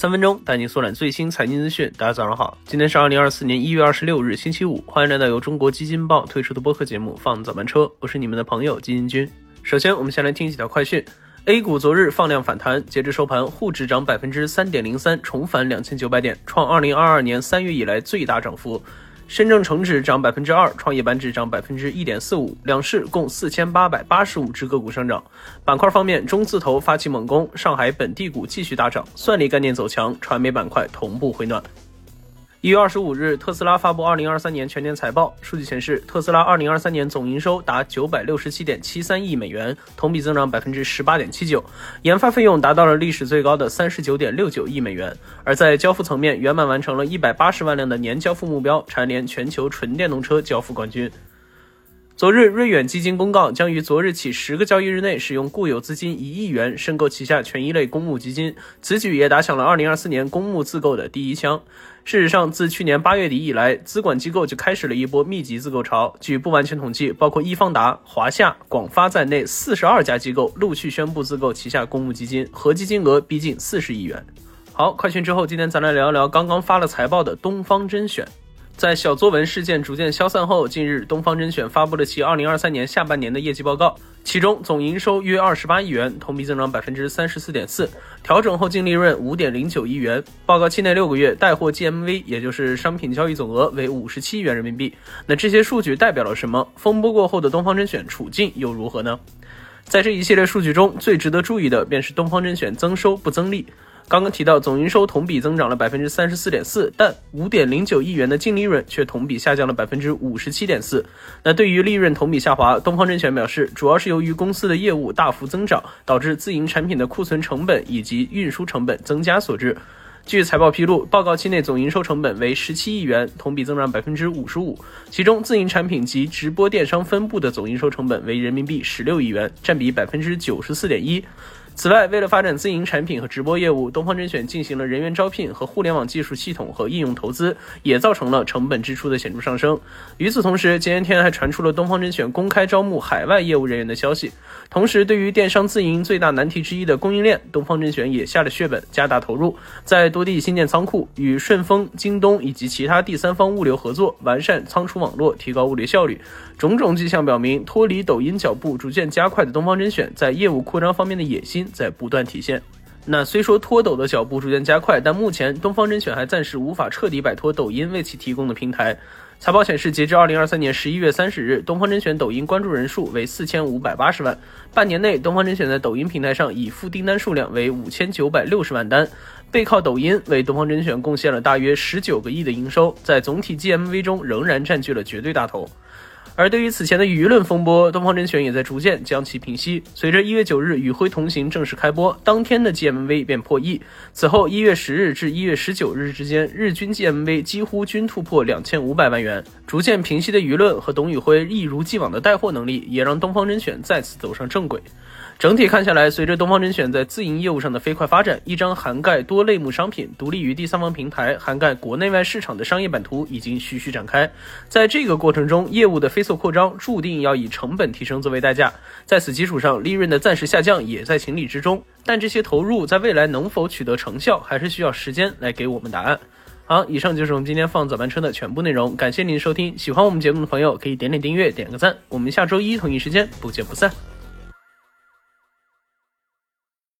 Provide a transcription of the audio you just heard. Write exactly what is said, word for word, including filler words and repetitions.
三分钟带你速览最新财经资讯。大家早上好，今天是二零二四年一月二十六日星期五，欢迎来到由中国基金报推出的播客节目放早班车，我是你们的朋友基金君。首先我们先来听几条快讯。 A 股昨日放量反弹，截至收盘沪指涨 百分之三点零三， 重返两千九百点，创二零二二年三月以来最大涨幅。深证成指涨 百分之二， 创业板指涨 百分之一点四五， 两市共四千八百八十五只个股上涨。板块方面，中字头发起猛攻，上海本地股继续大涨，算力概念走强，传媒板块同步回暖。一月二十五日，特斯拉发布二零二三年全年财报，数据显示，特斯拉二零二三年总营收达 九百六十七点七三亿美元，同比增长 百分之十八点七九， 研发费用达到了历史最高的 三十九点六九亿美元。而在交付层面，圆满完成了一百八十万辆的年交付目标，蝉联全球纯电动车交付冠军。昨日，瑞远基金公告将于昨日起十个交易日内使用固有资金一亿元申购旗下权益类公募基金，此举也打响了二零二四年公募自购的第一枪。事实上，自去年八月底以来，资管机构就开始了一波密集自购潮。据不完全统计，包括易方达、华夏、广发在内四十二家机构陆续宣布自购旗下公募基金，合计金额逼近四十亿元。好，快讯之后，今天咱来聊一聊刚刚发了财报的东方甄选。在小作文事件逐渐消散后，近日东方甄选发布了其二零二三年下半年的业绩报告，其中总营收约二十八亿元，同比增长 百分之三十四点四， 调整后净利润 五点零九亿元。报告期内六个月带货 G M V 也就是商品交易总额为五十七亿元人民币。那这些数据代表了什么？风波过后的东方甄选处境又如何呢？在这一系列数据中，最值得注意的便是东方甄选增收不增利。刚刚提到总营收同比增长了 百分之三十四点四， 但 五点零九亿元的净利润却同比下降了 百分之五十七点四。 那对于利润同比下滑，东方甄选表示，主要是由于公司的业务大幅增长，导致自营产品的库存成本以及运输成本增加所致。据财报披露，报告期内总营收成本为十七亿元，同比增长 百分之五十五， 其中自营产品及直播电商分部的总营收成本为人民币十六亿元，占比 百分之九十四点一。此外，为了发展自营产品和直播业务，东方甄选进行了人员招聘和互联网技术系统和应用投资，也造成了成本支出的显著上升。与此同时，前些天还传出了东方甄选公开招募海外业务人员的消息。同时，对于电商自营最大难题之一的供应链，东方甄选也下了血本，加大投入，在多地新建仓库，与顺丰、京东以及其他第三方物流合作，完善仓储网络，提高物流效率。种种迹象表明，脱离抖音脚步逐渐加快的东方甄选在业务扩张方面的野心在不断体现。那虽说脱抖的脚步逐渐加快，但目前东方甄选还暂时无法彻底摆脱抖音为其提供的平台。财报显示，截至二零二三年十一月三十日，东方甄选抖音关注人数为四千五百八十万。半年内，东方甄选在抖音平台上已付订单数量为五千九百六十万单，背靠抖音为东方甄选贡献了大约十九个亿的营收，在总体 G M V 中仍然占据了绝对大头。而对于此前的舆论风波，东方甄选也在逐渐将其平息。随着一月九日与辉同行正式开播，当天的 G M V 便破亿。此后一月十日至一月十九日之间，日均 G M V 几乎均突破两千五百万元。逐渐平息的舆论和董宇辉一如既往的带货能力，也让东方甄选再次走上正轨。整体看下来，随着东方甄选在自营业务上的飞快发展，一张涵盖多类目商品、独立于第三方平台、涵盖国内外市场的商业版图已经徐徐展开。在这个过程中，业务的飞速扩张注定要以成本提升作为代价，在此基础上，利润的暂时下降也在情理之中。但这些投入在未来能否取得成效，还是需要时间来给我们答案。好，以上就是我们今天放早班车的全部内容，感谢您收听。喜欢我们节目的朋友可以点点订阅，点个赞。我们下周一同一时间不见不散。